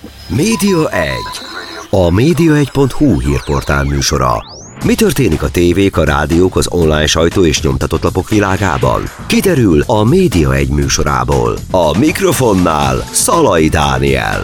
Média 1. A média1.hu hírportál műsora. Mi történik a tévék, a rádiók, az online sajtó és nyomtatott lapok világában? Kiderül a Média 1 műsorából. A mikrofonnál Szalai Dániel.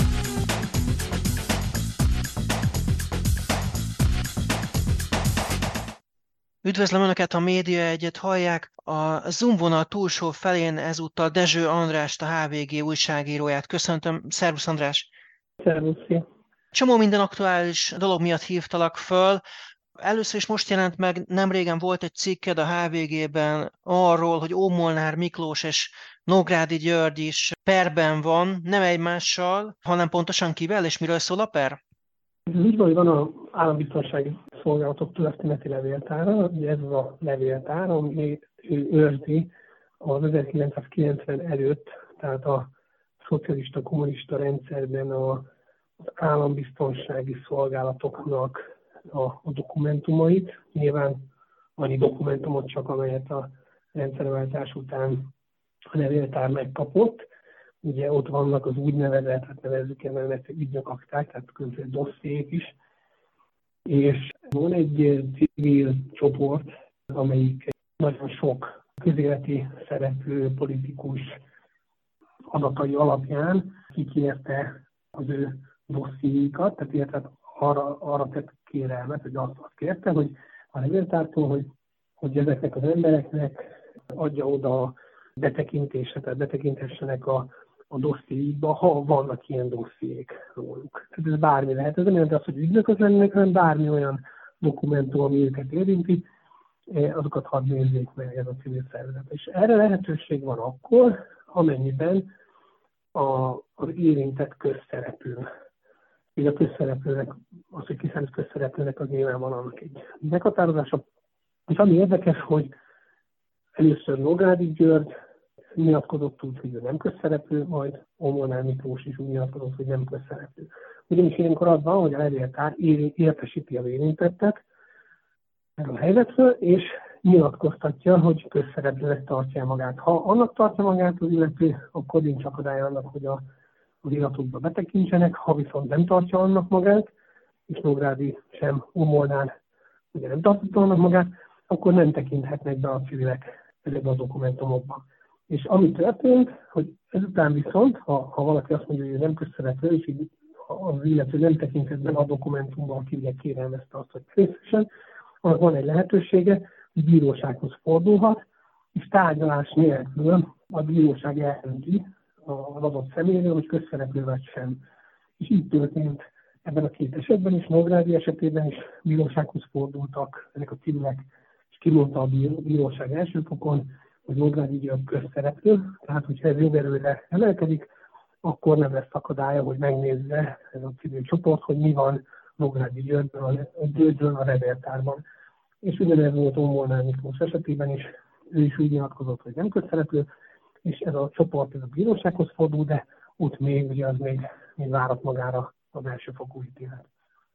Üdvözlöm Önöket, a Média 1-et hallják. A Zoom vonal túlsó felén ezúttal Dezső Andrást, a HVG újságíróját köszöntöm. Szervusz András! Szervusz! Csomó minden aktuális dolog miatt hívtalak föl. Először is most jelent meg, nem régen volt egy cikked a HVG-ben arról, hogy Ómolnár Miklós és Nógrádi György is perben van, nem egymással, hanem pontosan kivel, és miről szól a per? Úgy van, hogy van az Állambiztonsági Szolgálatok történeti levéltára, ugye ez az a levéltár, ami ő őrzi az 1990 előtt, tehát a szocialista kommunista rendszerben az állambiztonsági szolgálatoknak a dokumentumait. Nyilván annyi dokumentumot csak, amelyet a rendszerváltás után a levéltár megkapott. Ugye ott vannak az úgynevezett, hát nevezzük el, mert ügynökakták, tehát különböző dossziék is. És van egy civil csoport, amelyik nagyon sok közéleti szereplő, politikus adatai alapján kikérte az ő dossziékat, tehát illetve arra tett kérelmet, hogy azt kérte, hogy a levéltártól, hogy ezeknek az embereknek adja oda a betekintésre, tehát betekintessenek a dossziékba, ha vannak ilyen dossziék róluk. Tehát ez bármi lehet. Ez nem jelenti azt, hogy ügynökök lennének, hanem bármi olyan dokumentum, ami őket érinti, azokat hadd nézzék meg ez a civil szervezet. És erre lehetőség van akkor, amennyiben az érintett közszereplő. Így a közszereplőnek, az, hogy kiszámít közszereplőnek, az nyilván van annak egy meghatározása. És ami érdekes, hogy először Nógrádi György nyilatkozott úgy, hogy ő nem közszereplő, majd Ómolnár Miklós is úgy nyilatkozott, hogy nem közszereplő. Ugyanis ilyenkor az van, hogy a levéltár értesíti az érintettet erről a helyzetről, és nyilatkoztatja, hogy közszereplőnek tartja magát. Ha annak tartja magát az illető, akkor nincs akadály annak, hogy az iratokba betekintsenek, ha viszont nem tartja annak magát, és Nógrádi sem Ómolnár ugye nem tartotta annak magát, akkor nem tekinthetnek be a civilek ezekbe a dokumentumokba. És ami történt, hogy ezután viszont, ha valaki azt mondja, hogy ő nem közszereplő, és így az illető nem tekinthet be a dokumentumban, aki ugye kérelmezte azt, hogy részesen, annak van egy lehetősége, hogy bírósághoz fordulhat, és tárgyalás nélkül a bíróság eldönti az adott személyről, hogy közszereplő vagy sem. És így történt ebben a két esetben is, Nógrádi esetében is bírósághoz fordultak ezek a civilek, és kimondta a bíróság első fokon, hogy Nógrádi György közszereplő, tehát hogyha ez jogerőre emelkedik, akkor nem lesz akadálya, hogy megnézze ez a civil csoport, hogy mi van Nógrádi Györgyről a levéltárban. És ugyanez volt Ómolnár Miklós esetében is, ő is úgy nyilatkozott, hogy nem közszereplő, és ez a csoport ez a bírósághoz fordul, de ott még ugye az még várat magára az elsőfokú ítélet.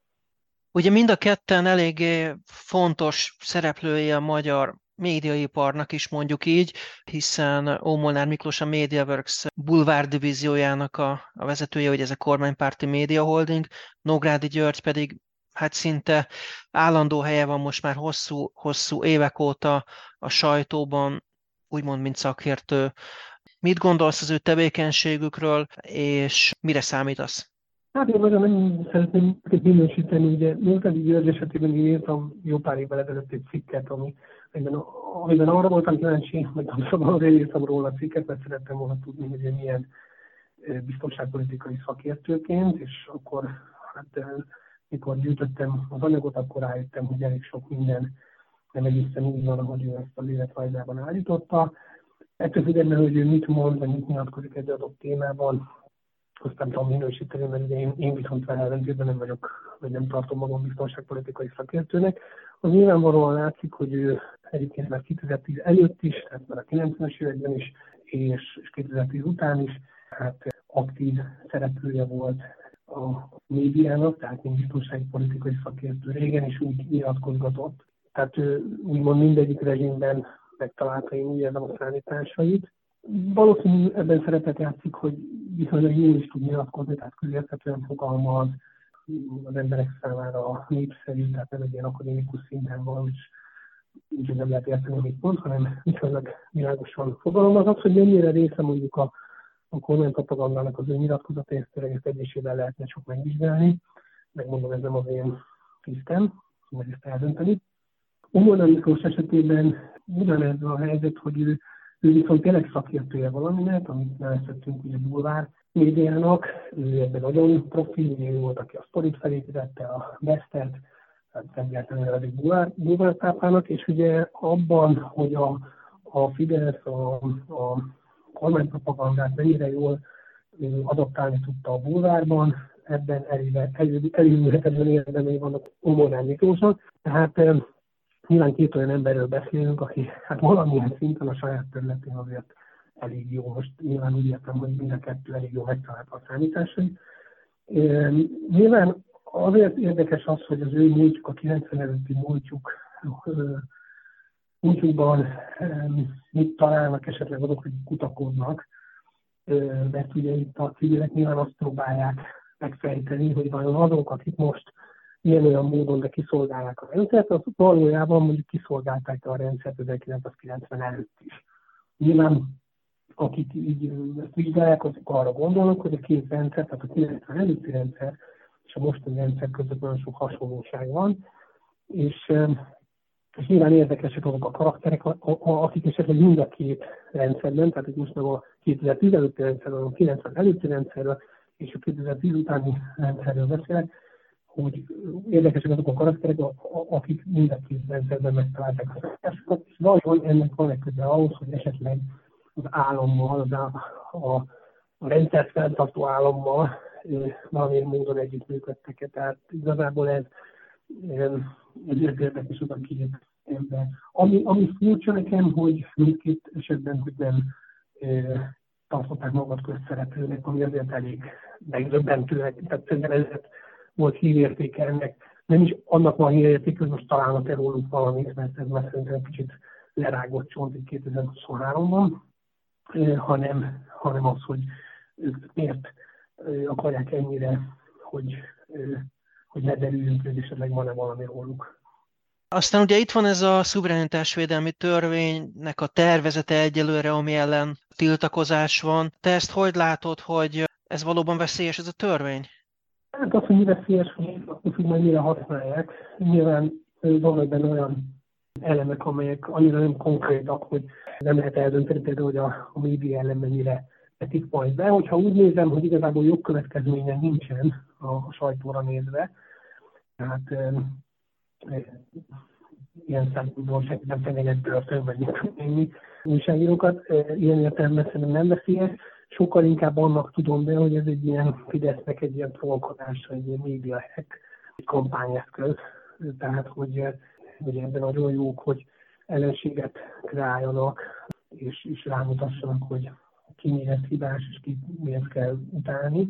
Ugye mind a ketten eléggé fontos szereplői a magyar médiaiparnak is, mondjuk így, hiszen Ómolnár Miklós a MediaWorks bulvár divíziójának a vezetője, hogy ez a kormánypárti média holding, Nógrádi György pedig hát szinte állandó helye van most már hosszú évek óta a sajtóban, úgymond mint szakértő. Mit gondolsz az ő tevékenységükről, és mire számítasz? Hát én nagyon nem szeretném őket minősíteni, ugye Nógrádi György esetében én írtam jó pár évvel ezelőtt egy cikket, amiben arra voltam kíváncsi, hogy azért írtam róla a cikket, mert szerettem volna tudni, hogy ő milyen biztonságpolitikai szakértőként, és akkor mikor gyűjtöttem az anyagot, akkor rájöttem, hogy elég sok minden nem egészen úgy van, ahogy ő ezt az életrajzában állította. Ettől függetlenül, hogy ő mit mond, vagy mit nyilatkozik egy adott témában, azt nem tudom minősíteni, mert ugye én viszont vele ellentétben nem vagyok, vagy nem tartom magam biztonságpolitikai szakértőnek. Az nyilvánvalóan látszik, hogy ő egyébként már 2010 előtt is, tehát már a 90-es években is, és 2010 után is, hát aktív szereplője volt a médiának, tehát mint biztonságpolitikai szakértő régen is úgy nyilatkozgatott. Tehát ő úgymond mindegyik rezsimben megtalálta, én úgy érzem, a számításait. Valószínűleg ebben szerepet játszik, hogy viszonylag jól is tud nyilatkozni, tehát közérthetően fogalmaz, az emberek számára népszerű, tehát nem egy ilyen akadémikus szinten van, és úgyhogy nem lehet érteni, amit mond, hanem viszonylag világosan fogalmaz. Az, hogy mennyire része mondjuk a kormánypropagandának az ő nyilatkozata, ezt tényleg ezt egyesével lehetne csak megvizsgálni. Megmondom, ez nem az én tisztem, meg ezt eldönteni. Ómolnár Miklós esetében ugyanez a helyzet, hogy ő viszont tényleg szakértője valaminek, amit nevezhetünk ugye bulvár médiának, ő ebben nagyon profi, ő volt, aki a Sztorit felépítette, a Bestet, tehát egyáltalán nevezik bulvártápának, és ugye abban, hogy a Fidesz, a kormánypropagandát mennyire jól adaptálni tudta a bulvárban, ebben elérhetően érdemei vannak Ómolnár Miklósnak. Tehát nyilván két olyan emberről beszélünk, aki hát valamilyen szinten a saját területén azért elég jó. Most nyilván úgy értem, hogy mind a kettő elég jó megtalálta a számításait. Nyilván azért érdekes az, hogy az ő múltjuk, a 90 előtti múltjukban mit találnak esetleg azok, hogy kutakodnak, mert ugye itt a civilek nyilván azt próbálják megfejteni, hogy vajon azok, akik most ilyen-olyan módon, de kiszolgálják a rendszert, az valójában mondjuk kiszolgálták a rendszert 1990 előtt is. Nyilván, akik így ezt vizsgálják, azok arra gondolnak, hogy a két rendszer, tehát a 90 előtti rendszer és a mostani rendszer között nagyon sok hasonlóság van, és nyilván érdekesek azok a karakterek, akik esetleg mind a két rendszerben, tehát itt most meg a 2015 rendszerről, a 90 előtti rendszerről és a 2010 utáni rendszerről beszélek, hogy érdekesek azok a karakterek, akik mind a két rendszerben megtalálták a szokásokat, és vajon ennek van-e köze ahhoz, hogy esetleg az állammal, a rendszert fenntartó állammal valamilyen módon együttműködtek. Tehát igazából ez érdekes az a két ember. Ami furcsa nekem, hogy mindkét esetben, hogy nem tartották magat közszereplőnek, ami azért elég megdöbbentő. Tehát szerintem ezért volt hírértéke ennek. Nem is annak van hírértéke, hogy most találnak-e róluk valamit, mert ez már szerintem kicsit lerágott csont itt 2023-ban, hanem az, hogy ők miért akarják ennyire, hogy ne derüljünk, hogy esetleg van-e valami róluk. Aztán ugye itt van ez a szuverenitásvédelmi törvénynek a tervezete egyelőre, ami ellen tiltakozás van. Te ezt hogy látod, hogy ez valóban veszélyes, ez a törvény? Hát az, hogy mi veszélyes, hogy majd mire használják. Nyilván vannak benne olyan elemek, amelyek annyira nem konkrétak, hogy nem lehet eldönteni például, hogy a média ellen mennyire vetik majd be. Hogyha úgy nézem, hogy igazából jogkövetkezménye nincsen a sajtóra nézve, tehát ilyen szempontból senki nem fenyeget börtön, vagy mit újságírókat. Ilyen értelemben szerintem nem veszélyes. Sokkal inkább annak tudom be, hogy ez egy ilyen Fidesznek egy ilyen trollkodás, egy ilyen média hack, egy kampányeszköz. Tehát, hogy ebben nagyon jók, hogy ellenséget kreáljanak, és rámutassanak, hogy ki miért hibás, és ki miért kell utálni.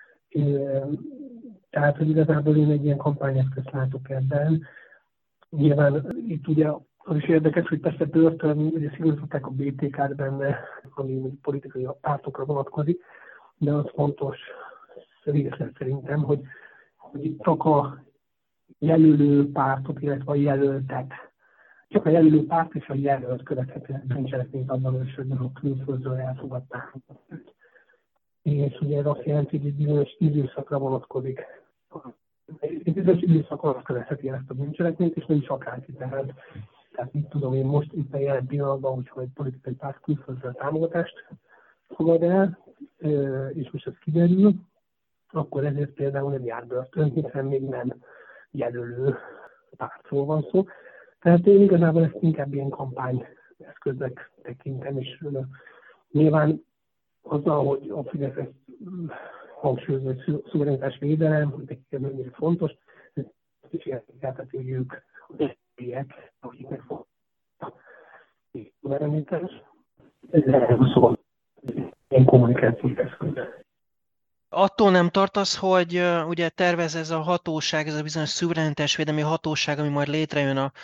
Tehát, hogy igazából én egy ilyen kampányeszközt látok ebben. Nyilván itt ugye az is érdekes, hogy persze börtön, ugye szigorították a BTK-t benne, ami politikai pártokra vonatkozik, de az fontos részlet szerintem, hogy csak a jelölő pártok, illetve a jelöltek, csak a jelölő párt és a jelölt követhetően bűncselekményt abban esetben, hogy külföldről elfogadták. És ugye ez azt jelenti, hogy egy bizonyos időszakra vonatkozik. Egy bizonyos időszak alatt követheti ezt a bűncselekményt, és nem is akárki. Tehát mit tudom én most itt a jelen pillanatban, hogyha egy politikai párt külföldről támogatást fogad el, és most ez kiderül, akkor ezért például nem jár börtön, hiszen még nem jelölő pártról van szó. Tehát én igazából ezt inkább ilyen kampányeszköznek tekintem, és nyilván azzal, hogy a Fidesz ezt hangsúlyozza, hogy szuverenitás védelem, hogy nekik ez mennyire fontos, ez is értékelteti, hogy ők az esélyek, akik megfognak a szuverenitás. Ez erről szól, ilyen kommunikációs eszköz. Attól nem tartasz, hogy ugye tervez ez a hatóság, ez a bizonyos szuverenitásvédelmi hatóság, ami majd létrejön a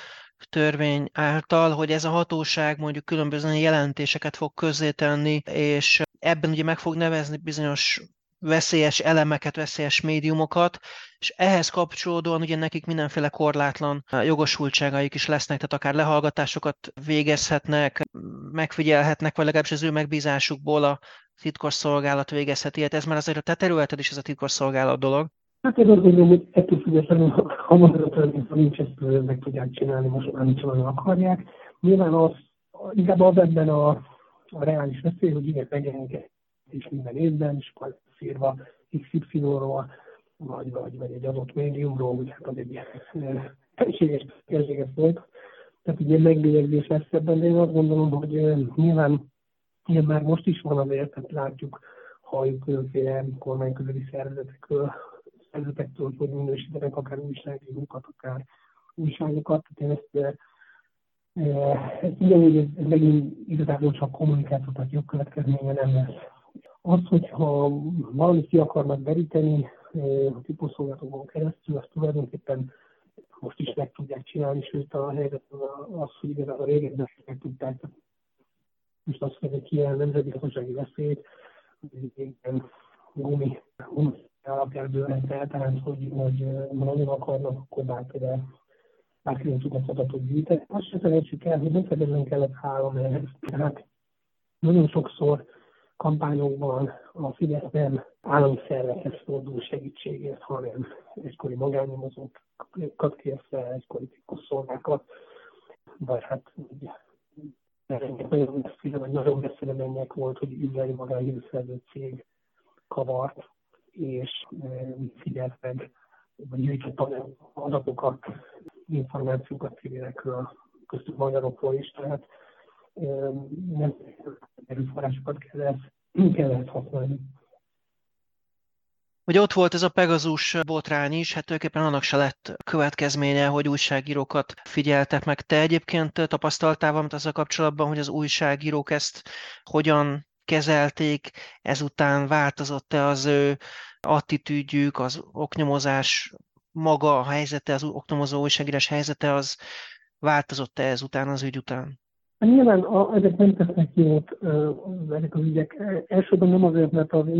törvény által, hogy ez a hatóság mondjuk különböző jelentéseket fog közzétenni, és ebben ugye meg fog nevezni bizonyos veszélyes elemeket, veszélyes médiumokat, és ehhez kapcsolódóan ugye nekik mindenféle korlátlan jogosultságaik is lesznek, tehát akár lehallgatásokat végezhetnek, megfigyelhetnek, vagy legalábbis az ő megbízásukból a titkosszolgálat végezheti ilyet. Ez már azért a te területed is, ez a titkosszolgálat dolog. Hát én azt gondolom, hogy ettől függetlenül, ha mondatot nincs, ezt meg tudják csinálni, most már nincs olyan akarják. Nyilván inkább az ebben a reális veszély, hogy igen, megjelenik és minden évben, és akkor írva XY-ról, vagy egy adott médiumról, hogy hát az egy egységes volt. Tehát ugye megbélyegzés lesz ebben, de én azt gondolom, hogy nyilván ilyen már most is van azért, tehát látjuk, halljuk különféle kormányközeli szervezetektől, hogy minősítenek akár újságírókat, akár újságokat. Tehát én ezt ugyanúgy, ez megint igazából csak kommunikáció, tehát jogkövetkezménye nem lesz. Az, hogyha valamit ki akarnak deríteni a típusszolgálatokon keresztül, azt tulajdonképpen most is meg tudják csinálni, sőt a helyzet az, hogy igazából régebben meg tudták. Most azt mondja, hogy ilyen nemzetbiztonsági veszélyt, ilyen gumi alapján dőlhet el, tehát hogy nagyon akarnak, akkor bárkinek tudnak adatot gyűjteni. Azt sem felejtsük el, hogy nem feltétlenül kellett három ehhez. Tehát nagyon sokszor kampányokban a Fidesz nem állami szervekhez fordul segítségért, hanem egykori magánnyomozókat kér fel, egykori titkosszolgákat, vagy hát nagyon messzire mennyek volt, hogy üzleti magánhírszerző cég kavart, és figyelt meg, vagy gyűjtött adatokat, információkat civilekről, köztük magyarokról is, tehát nem erőforrásokat kellett használni. Hogy ott volt ez a Pegasus botrány is, hát tulajdonképpen annak se lett következménye, hogy újságírókat figyeltek meg. Te egyébként tapasztaltál valamit azzal kapcsolatban, hogy az újságírók ezt hogyan kezelték, ezután változott-e az ő attitűdjük, az oknyomozás maga a helyzete, az oknyomozó újságírás helyzete, az változott-e ezután, az ügy után? Nyilván ezek nem tesznek jót, ezek az ügyek. Elsőben nem azért, mert a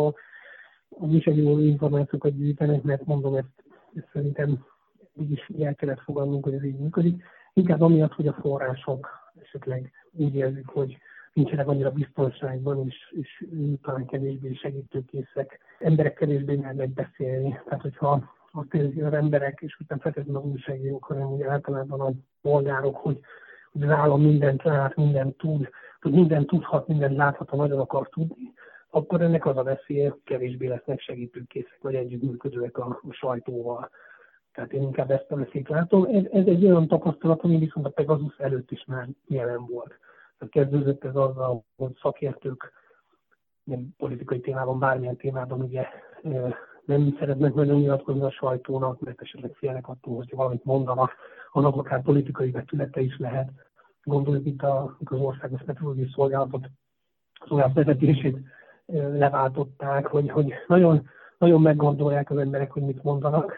újságíró információkat gyűjtenek, mert mondom, ezt szerintem így is el kellett fogadnunk, hogy ez így működik. Inkább amiatt, hogy a források esetleg úgy érzik, hogy nincsenek annyira biztonságban, és talán kevésbé segítőkészek. Emberek kevésbé mernek beszélni. Tehát, hogyha azt érzik az emberek, és utána feltétlenül az újságírók, hanem ugye általában a polgárok, hogy az állam mindent lát, mindent tud, hogy mindent tudhat, mindent láthat, ha nagyon akar tudni, akkor ennek az a veszélye, kevésbé lesznek segítőkészek, vagy együttműködőek a sajtóval. Tehát én inkább ezt a veszélyt látom. Ez egy olyan tapasztalat, ami viszont a Pegasus előtt is már jelen volt. Tehát kezdődött ez azzal, hogy szakértők nem politikai témában, bármilyen témában ugye nem szeretnek nagyon nyilatkozni a sajtónak, mert esetleg félnek attól, hogy valamit mondanak, annak akár politikai vetülete is lehet. Gondoljuk itt az Országos Meteorológiai Szolgálatot, szolgálat vezetését leváltották, hogy nagyon, nagyon meggondolják az emberek, hogy mit mondanak.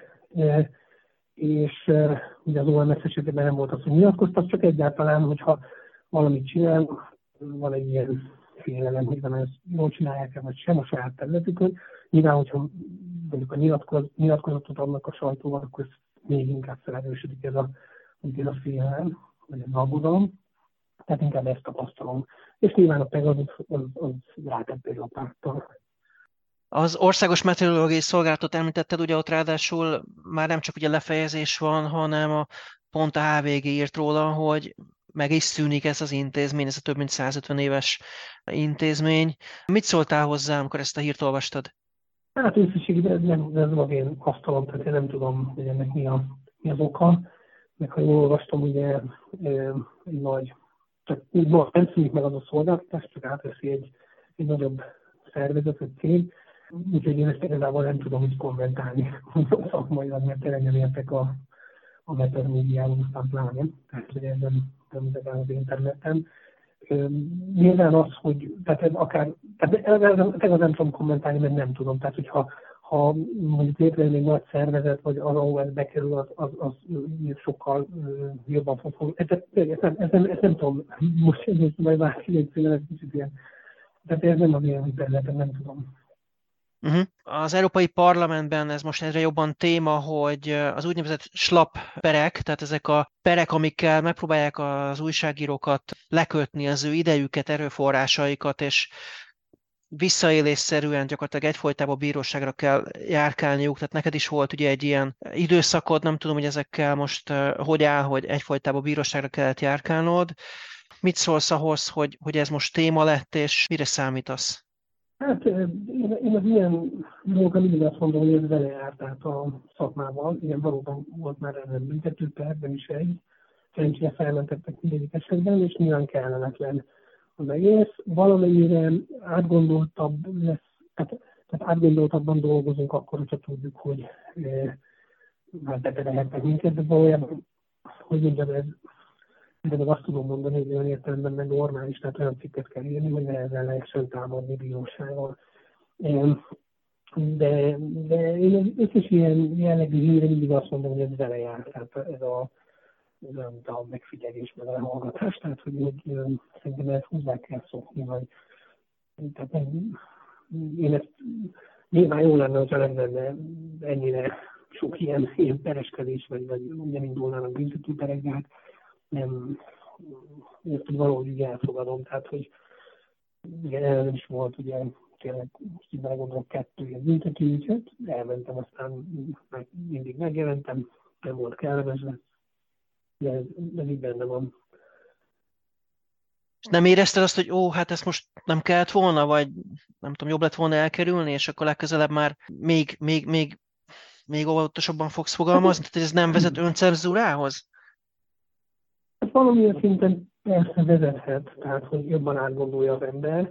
És ugye az OMS esetében nem volt az, hogy nyilatkoztak, csak egyáltalán, hogyha valamit csinál, van egy ilyen félelem, hogy ezt jól csinálják-e, vagy sem a saját területükön. Nyilván, hogyha mondjuk a nyilatkozatot adnak a sajtóval, akkor még inkább felerősödik ez a félelem, vagy az aggodalom. Tehát inkább ezt tapasztalom. És nyilván a Pegasus az rátett egy lapáttal. Az Országos Meteorológiai Szolgálatot említetted, ugye ott ráadásul már nem csak ugye lefejezés van, hanem pont a HVG írt róla, hogy meg is szűnik ez az intézmény, ez a több mint 150 éves intézmény. Mit szóltál hozzá, amikor ezt a hírt olvastad? Hát összességében ez az én asztalom, tehát én nem tudom, hogy ennek mi az oka. Meg ha jól olvastam, ugye egy nagy, tehát nem szűnik meg az a szolgáltatás, csak átveszi egy nagyobb szervezet, egy cég. Úgyhogy én ezt igazából nem tudom úgy kommentálni szakmailag, mert tényleg nem értek a meteorológiával, aztán pláne, tehát hogy ez nem ezeken az interneten. Nyilván az, hogy tehát nem tudom kommentálni, mert nem tudom. Tehát, hogyha mondjuk létrejön egy nagy szervezet, vagy ahol ez bekerül, az sokkal jobban fog. Ezt nem tudom, most majd bárki egy kicsit ilyen Tehát ez nem az én területem, nem tudom. Az Európai Parlamentben ez most egyre jobban téma, hogy az úgynevezett slap perek, tehát ezek a perek, amikkel megpróbálják az újságírókat lekötni, az ő idejüket, erőforrásaikat, és visszaélésszerűen gyakorlatilag egyfolytában bíróságra kell járkálniuk. Tehát neked is volt ugye egy ilyen időszakod, nem tudom, hogy ezekkel most hogy áll, hogy egyfolytában bíróságra kellett járkálnod. Mit szólsz ahhoz, hogy ez most téma lett, és mire számítasz? Hát én az ilyen dolgokra mindig azt mondom, hogy ez vele járt át a szakmával. Igen, valóban volt már ellen büntetőper, nem is egy. Szerencsére felmentettek mindegyik esetben, és nyilván kellemetlen az egész. Valamennyire átgondoltabb lesz, tehát átgondoltabban dolgozunk akkor, hogyha tudjuk, hogy már beterelhetnek minket, de valójában, hogy mondjam, de azt tudom mondani, hogy olyan értelemben meg normális, tehát olyan cikket kell írni, hogy nehezen lehessen támadni bírósággal. De én az összes ilyen jellegű hírre mindig azt mondom, hogy ez vele jár, tehát ez a megfigyelés, meg a hallgatás, tehát hogy szerintem ezt hozzá kell szokni, vagy tehát én ezt nyilván jó lenne, hogyha nem lenne ennyire sok ilyen pereskedés, vagy nem indulnának büntetőperek, de hát nem, ezt valahogy így elfogadom, tehát hogy igen, ellen is volt, ugye tényleg, így megmondom, 2 ilyen büntetőügyet, elmentem, aztán mindig megjelentem, nem volt kellemes, de ez így benne van. És nem érezted azt, hogy hát ezt most nem kellett volna, vagy nem tudom, jobb lett volna elkerülni, és akkor legközelebb már még óvatosabban fogsz fogalmazni? Tehát ez nem vezet öncenzúrához? Hát valamilyen szinten persze vezethet, tehát hogy jobban átgondolja az ember,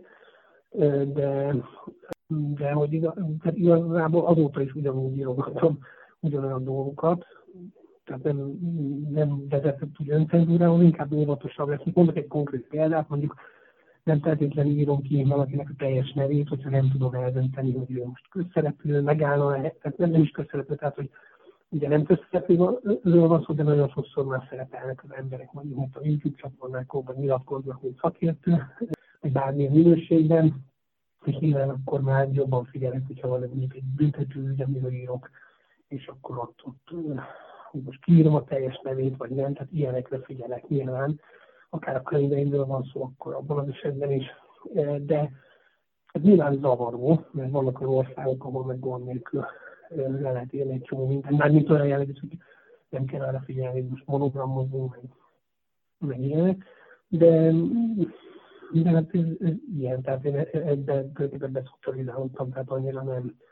de hogy tehát igazából azóta is ugyanúgy írogatom ugyanolyan dolgokat, tehát nem vezetett úgy öncenzúrához, inkább óvatosabb lesz. Mondok egy konkrét példát, mondjuk nem feltétlenül írom ki valakinek a teljes nevét, hogyha nem tudom eldönteni, hogy ő most közszereplő, megállna, tehát nem is közszereplő, tehát hogy ugye nem közszereplőről van szó, de nagyon sokszor már szerepelnek az emberek, mondjuk a YouTube csatornákon, vagy nyilatkoznak, mint szakértő, vagy bármilyen minőségben, és nyilván akkor már jobban figyelek, hogyha valami egy büntető, amiről írok, és akkor ott hogy most kiírom a teljes nevét, vagy nem, tehát ilyenekre figyelek nyilván. Akár a könyveimről van szó, akkor abban az esetben is. De ez nyilván zavaró, mert vannak az országok, ahol meg gond nélkül le lehet élni egy csomó minden. Mármint olyan jellegű, hogy nem kell arra figyelni, hogy most monogramozunk, meg ilyenek. De hát ez ilyen, tehát én ebben tulajdonképpen beszocializálódtam, tehát annyira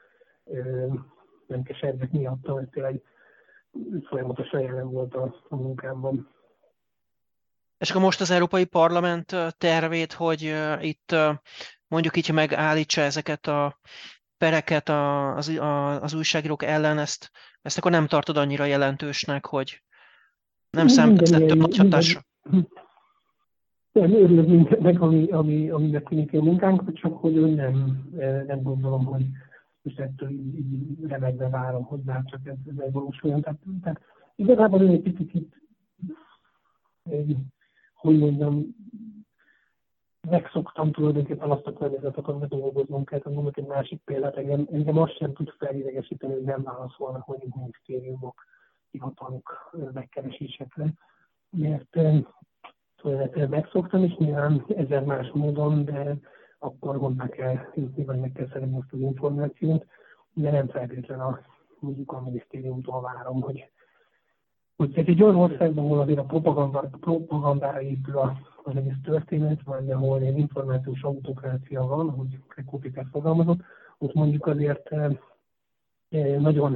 nem kesergek miattam, ez tényleg folyamatosan jelen volt a munkámban. És akkor most az Európai Parlament tervét, hogy itt mondjuk így megállítsa ezeket a pereket az újságírók ellen, ezt akkor nem tartod annyira jelentősnek, hogy nem számítasz ettől nagy hatásra? Nem, örülök mindennek, aminek tűnik a munkánk, csak hogy nem gondolom, hogy most ettől így remegve várom hozzá, csak ez megvalósuljon. Tehát igazából én egy picit hogy mondjam, megszoktam tulajdonképpen azt a környezetet, amiben dolgoznunk kell. Tehát mondok egy másik példát, engem azt sem tud felidegesíteni, hogy nem válaszolnak mondjuk minisztériumok, hivatalok megkeresésekre, mert tulajdonképpen megszoktam, és nyilván ezer más módon, de akkor hozzá kell jutni, vagy meg kell szerezni azt az információt, de nem feltétlenül mondjuk a minisztériumtól várom, hogy egy olyan országban, ahol azért a propagandára épül az egész történet, vagy ahol egy információs autokrácia van, ahogy Krekópikát fogalmazott, ott mondjuk azért nagyon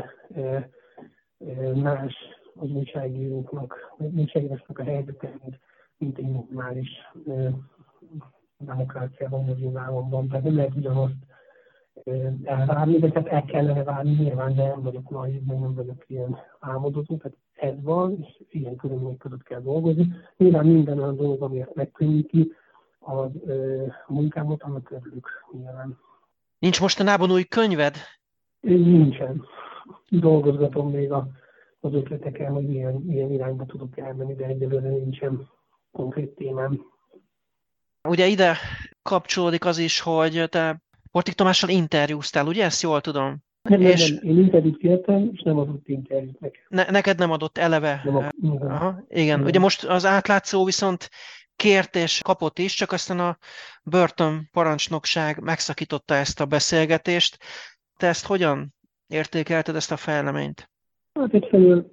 más az újságíróknak a helyzete, mint egy normális demokráciában, vagy államban. Tehát nem lehet ugyanazt elvárni, de tehát el kellene várni nyilván, de nem vagyok naív, nem vagyok ilyen álmodozó, tehát ez van, és ilyen körülmények között kell dolgozni. Nyilván minden olyan dolog, amiért megkönnyíti a munkámat, annak örülök nyilván. Nincs mostanában új könyved? Nincsen. Dolgozgatom még az ötleteken, hogy ilyen irányba tudok elmenni, de egyelőre nincsen konkrét témám. Ugye ide kapcsolódik az is, hogy te Portik Tamással interjúztál, ugye? Ezt jól tudom. Nem. És Én interjút kértem, és nem adott interjút nekem. neked nem adott eleve. Nem Aha, igen. Ugye igen. most az átlátszó viszont kért és kapott is, csak aztán a börtönparancsnokság megszakította ezt a beszélgetést. Te ezt hogyan értékelted, ezt a fejleményt? Hát egyfelől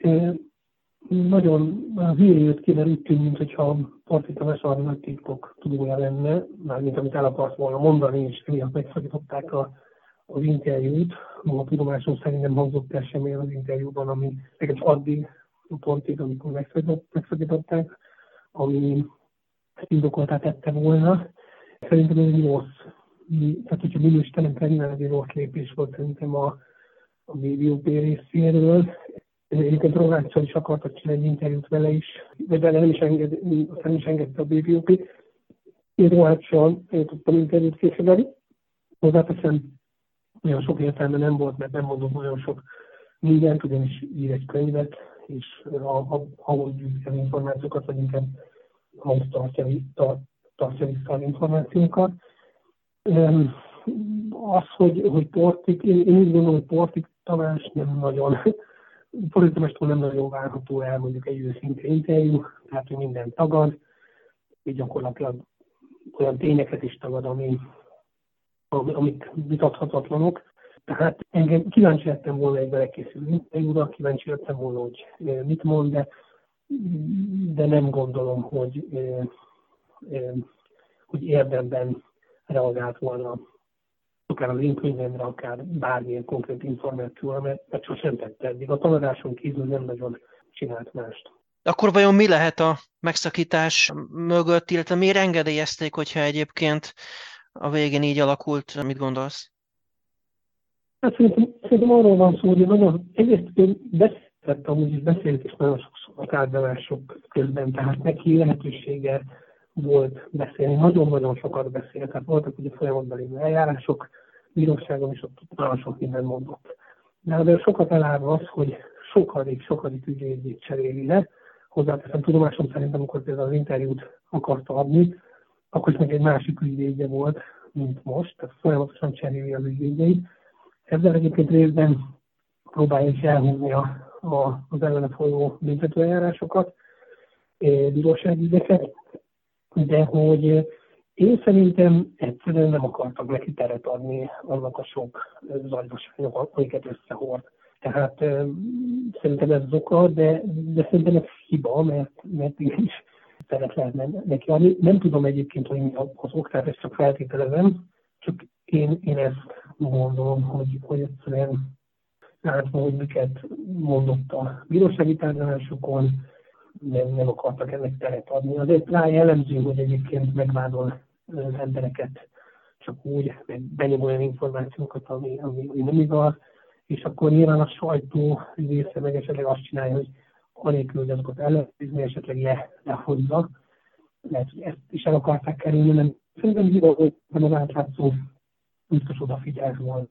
nagyon hülye jött ki, mert úgy tűnt, mintha Portik Tamás valami nagy titkok tudója lenne, mármint amit el akart volna mondani, és emiatt megszakították az interjút. A tudomásom szerint nem hangzott el semmi az interjúban, ami nekem addig a pontig, amikor megszakították, ami indokoltá tette volna. Szerintem ez egy rossz. Tehát, hogyha minősítenem kellene, ez egy rossz lépés volt szerintem a BBOP részéről. Egyébként Rogáccsal is akartak csinálni egy interjút vele is, de vele nem is engedte a BBOP. Én Rogáccsal tudtam interjút készíteni. Hozzáteszem, olyan sok értelme nem volt, mert nem mondom olyan sok mindent, ugyanis ír egy könyvet, és ahol gyűjti az információkat, vagy inkább ahhoz tartja vissza az információkat. Az, hogy Portik, én úgy gondolom, hogy Portik Tamás nem nagyon, Portik Tamástól nem nagyon várható el mondjuk egy őszinte interjú, tehát ő mindent tagad, így gyakorlatilag olyan tényeket is tagad, amik vitathatatlanok. Tehát engem kíváncsi lettem volna egy belekészülő interjúra, kíváncsi lettem volna, hogy mit mond, de nem gondolom, hogy érdemben reagált volna akár az én könyvemre, akár bármilyen konkrét információra, mert sosem tette eddig. A tanuláson kívül nem nagyon csinált mást. Akkor vajon mi lehet a megszakítás mögött, illetve miért engedélyezték, hogyha egyébként a végén így alakult? Mit gondolsz? Hát szerintem arról van szó, hogy nagyon, egyrészt beszélt is nagyon sokszor a tárgyalások közben, tehát neki lehetősége volt beszélni, nagyon-nagyon sokat beszélt, tehát voltak ugye folyamatban lévő eljárások, bíróságon is ott nagyon sok minden mondott. De azért sokat elárva az, hogy sokadik ügyvédjét cseréli le. Hozzáteszem, tudomásom szerint, amikor például az interjút akarta adni, akkor is meg egy másik ügyvédje volt, mint most, tehát folyamatosan cseréli az ügyvédjeit. Ezzel egyébként részben próbálja is elhúzni az ellene folyó büntetőeljárásokat, bíróságügyeket, de hogy én szerintem egyszerűen nem akartak neki teret adni annak a sok zajvaságnak, amiket összehord. Tehát szerintem ez az oka, de szerintem ez hiba, mert igenis teret lehetne neki adni. Nem tudom egyébként, hogy mi az ok, tehát ezt csak feltételezem, csak én ezt gondolom, hogy egyszerűen látva, hogy miket mondott a bírósági tárgyalásokon, nem akartak ennek teret adni. Azért rá jellemző, hogy egyébként megvádol az embereket csak úgy, meg benyom olyan információkat, ami nem igaz, és akkor nyilván a sajtó része meg esetleg azt csinálja, hogy anélkül, hogy azokat ellenőrizni, esetleg lehozza. Lehet, hogy ezt is el akarták kerülni, nem szerintem hiba, hogy nem az átlátszó biztos odafigyelt volna,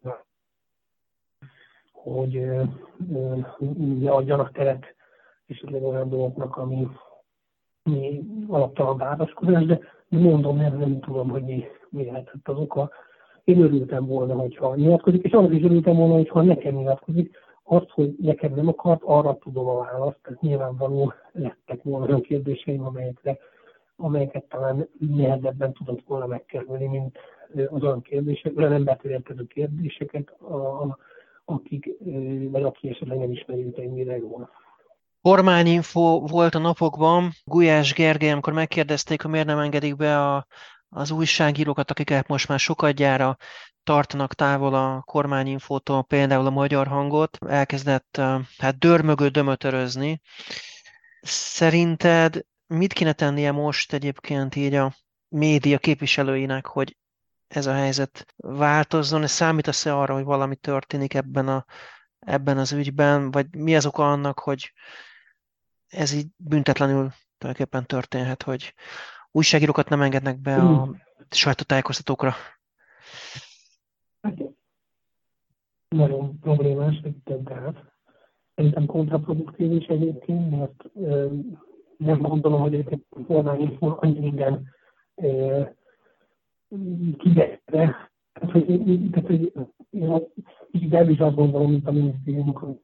hogy adjanak teret esetleg olyan dolgoknak, ami alaptalan vádaskodás, de mondom, nem tudom, hogy mi lehetett az oka. Én örültem volna, hogyha nyilatkozik, és annak is örültem volna, hogyha nekem nyilatkozik. Azt, hogy nekem nem akart, arra tudom a választ. Tehát nyilvánvaló lettek volna olyan kérdéseim, amelyeket talán nehezebben tudott volna megkerülni, mint az olyan kérdések, olyan embertől érkező kérdéseket, aki esetleg nem ismeri őt ennyire jól. Kormányinfo volt a napokban, Gulyás Gergely, amikor megkérdezték, hogy miért nem engedik be az újságírókat, akiket most már sokadjára tartanak távol a kormányinfótól, például a Magyar Hangot, elkezdett dörmögő dömötörözni. Szerinted mit kéne tennie most egyébként így a média képviselőinek, hogy ez a helyzet változzon? Számítasz-e arra, hogy valami történik ebben az ügyben, vagy mi az oka annak, hogy ez így büntetlenül tulajdonképpen történhet, hogy újságírókat nem engednek be a sajtótájékoztatókra? Hát, nagyon problémás, hogy több gáz. Szerintem kontraproduktív is egyébként, mert nem gondolom, hogy egyébként kormányinfón annyi minden kivetve. Tehát, hogy én is azt gondolom, mint a minisztériumok, hogy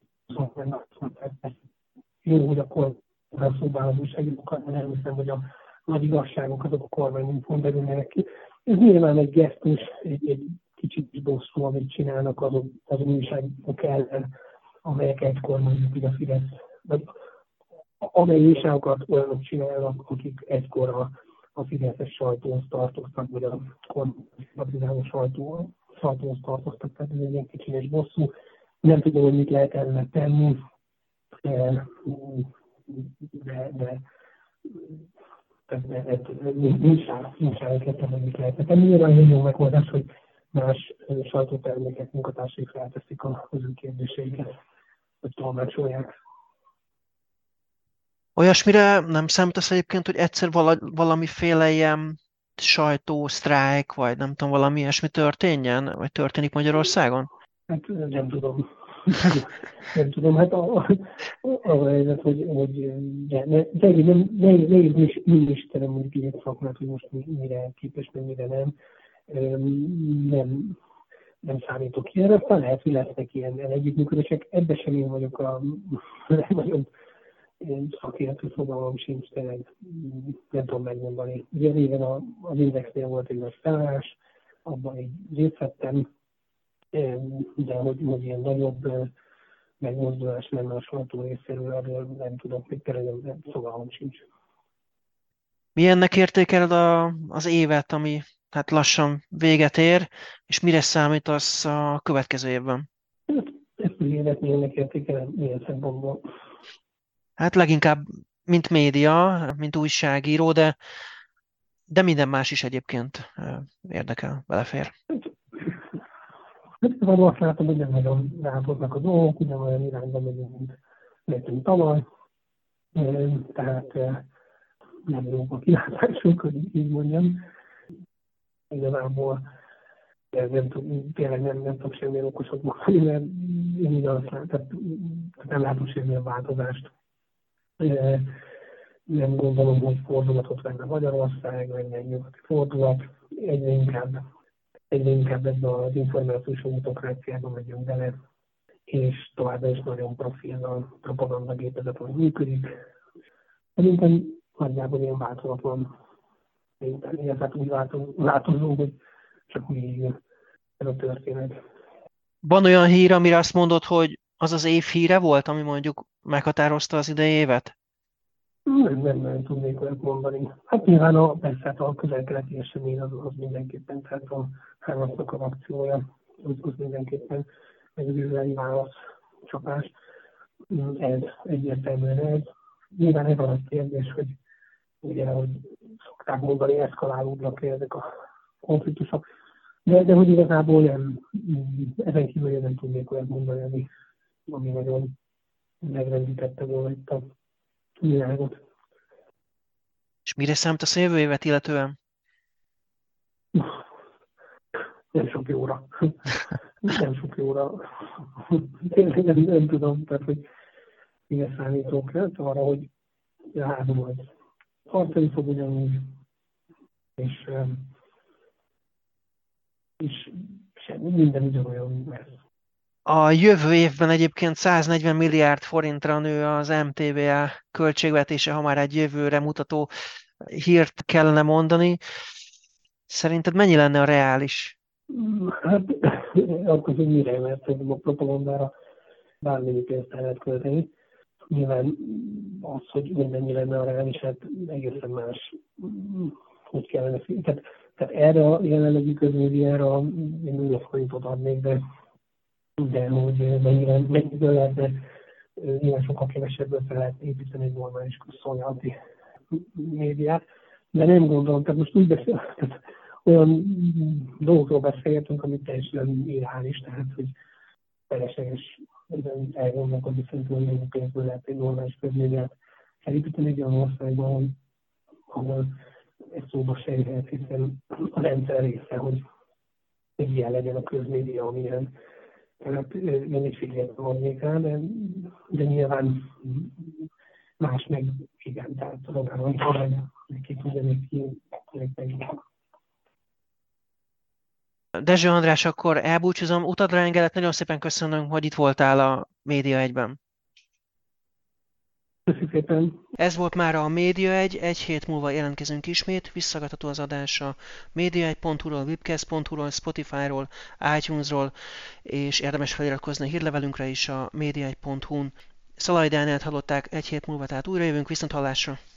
jó, hogy akkor szóban az újságírókat, de nem hiszem, hogy a nagy igazságok azok a kormányunkon derülnek ki. Ez nyilván egy gesztus, egy kicsit bosszú, amit csinálnak az újságírók ellen, amelyek egykor mondjuk a Fidesz, vagy amely újságokat olyanok csinálnak, akik egykor a fideszes sajtóhoz tartoztak, vagy a kormányzati sajtóhoz tartoztak, tehát ez egy ilyen kicsit és bosszú. Nem tudom, hogy mit lehet ellen tenni, de nincs rá, hogy mit lehet tenni. Nyilván egy jó megoldás, hogy más sajtótermékek munkatársai felteszik az ő kérdéseiket, hogy tolmácsolják. Olyasmire nem számítasz egyébként, hogy egyszer valamiféle ilyen sajtósztrájk, vagy nem tudom, valami ilyesmi történjen, vagy történik Magyarországon? Hát nem tudom. Nem tudom, hát a helyzet, hogy nehéz Istenem mondjuk így egy szakmát, hogy most mire képes, meg mire nem. Nem számítok ilyenre, aztán lehet, hogy lesznek ilyen együttműködések. Ebben sem én vagyok a legnagyobb szakértő, fogalmam sincs, tényleg nem tudom megmondani. Ugye régen az Indexnél volt egy nagy felállás, abban így részt vettem, de hogy ilyen nagyobb megmozdulás lenne a sajtó részéről, arról nem tudok, még tényleg fogalmam sincs. Milyennek értékeled az évet, ami hát lassan véget ér, és mire számítasz a következő évben? Ezt az évet milyennek értékelem, milyen szempontból? Hát leginkább, mint média, mint újságíró, de minden más is egyébként érdekel, belefér. Valóban azt látom, hogy nem nagyon változnak a dolgok, ugyanolyan irányba megyünk, mint lehetünk tavaly. Tehát nem jók a kilátások, hogy így mondjam. Igazából tényleg nem tudok semmilyen okosat mondani, mert én így azt látom, tehát nem látom semmilyen változást. Nem gondolom, hogy fordulatot venne Magyarország, vagy egy nyugati fordulat. Egyre inkább ebben az információs autokráciába megyünk bele, és továbbra is nagyon profil a propagandagépezet, hogy működik. Szerintem nagyjából ilyen változatlan, tehát úgy változó, hogy csak végig ez a történet. Van olyan hír, amire azt mondod, hogy az az év híre volt, ami mondjuk meghatározta az idei évet? Nem tudnék olyat mondani. Hát nyilván persze a közel-keleti esemény az mindenképpen, tehát a Hamasnak a akciója, az mindenképpen egy izraeli válaszcsapás. Ez egyértelműen ez. Nyilván ez az kérdés, hogy ugye, hogy szokták mondani, eszkalálódnak ezek a konfliktusok. De hogy igazából nem, ezen kívül nem tudnék olyat mondani, ami nagyon megrendítette volna itt a világot. És mire számítasz a jövő évet illetően? Nem sok jóra. Nem sok jóra. Tényleg nem tudom, tehát, hogy mire számítok, arra, hogy a három majd tartani fog ugyanúgy, és semmi, minden ugyanolyan lesz. A jövő évben egyébként 140 milliárd forintra nő az MTVA költségvetése, ha már egy jövőre mutató hírt kellene mondani. Szerinted mennyi lenne a reális? Hát akkor, hogy mire, mert a propagandára bármennyi pénzt el lehet költeni. Nyilván az, hogy mennyi lenne a reális, hát egészen más, hogy kellene. Tehát erre a jelenlegi közmédiára én 0 forintot adnék, de hogy mennyiből lehetne, nyilván sokkal kevesebből fel lehet építeni egy normális szolgálati médiát, de nem gondolom, tehát most úgy tehát olyan dolgokról beszélgetünk, amit teljesen irreális, tehát hogy felesleges elgondolkodni szerintem, hogy mennyi pénzből lehet egy normális közmédiát felépíteni egy olyan országban, ahol egy szóba se jöhet, hiszen a rendszer része, hogy egy ilyen legyen a közmédia, amilyen. Tehát én is figyeltem volnék rá, de nyilván más meg igen, tehát az ogállami kormány neki tudja még ki meg. Dezső András, akkor elbúcsúzom, utadra engedett, nagyon szépen köszönöm, hogy itt voltál a Média 1-ben. Köszönjük szépen. Ez volt már a Média 1, egy hét múlva jelentkezünk ismét, visszagatható az adás a média1.hu-ról, webcast.hu-ról, Spotify-ról, iTunes-ról, és érdemes feliratkozni a hírlevelünkre is a média1.hu-n. Szalai Dánielt hallották, egy hét múlva, tehát újra jövünk, viszont hallásra!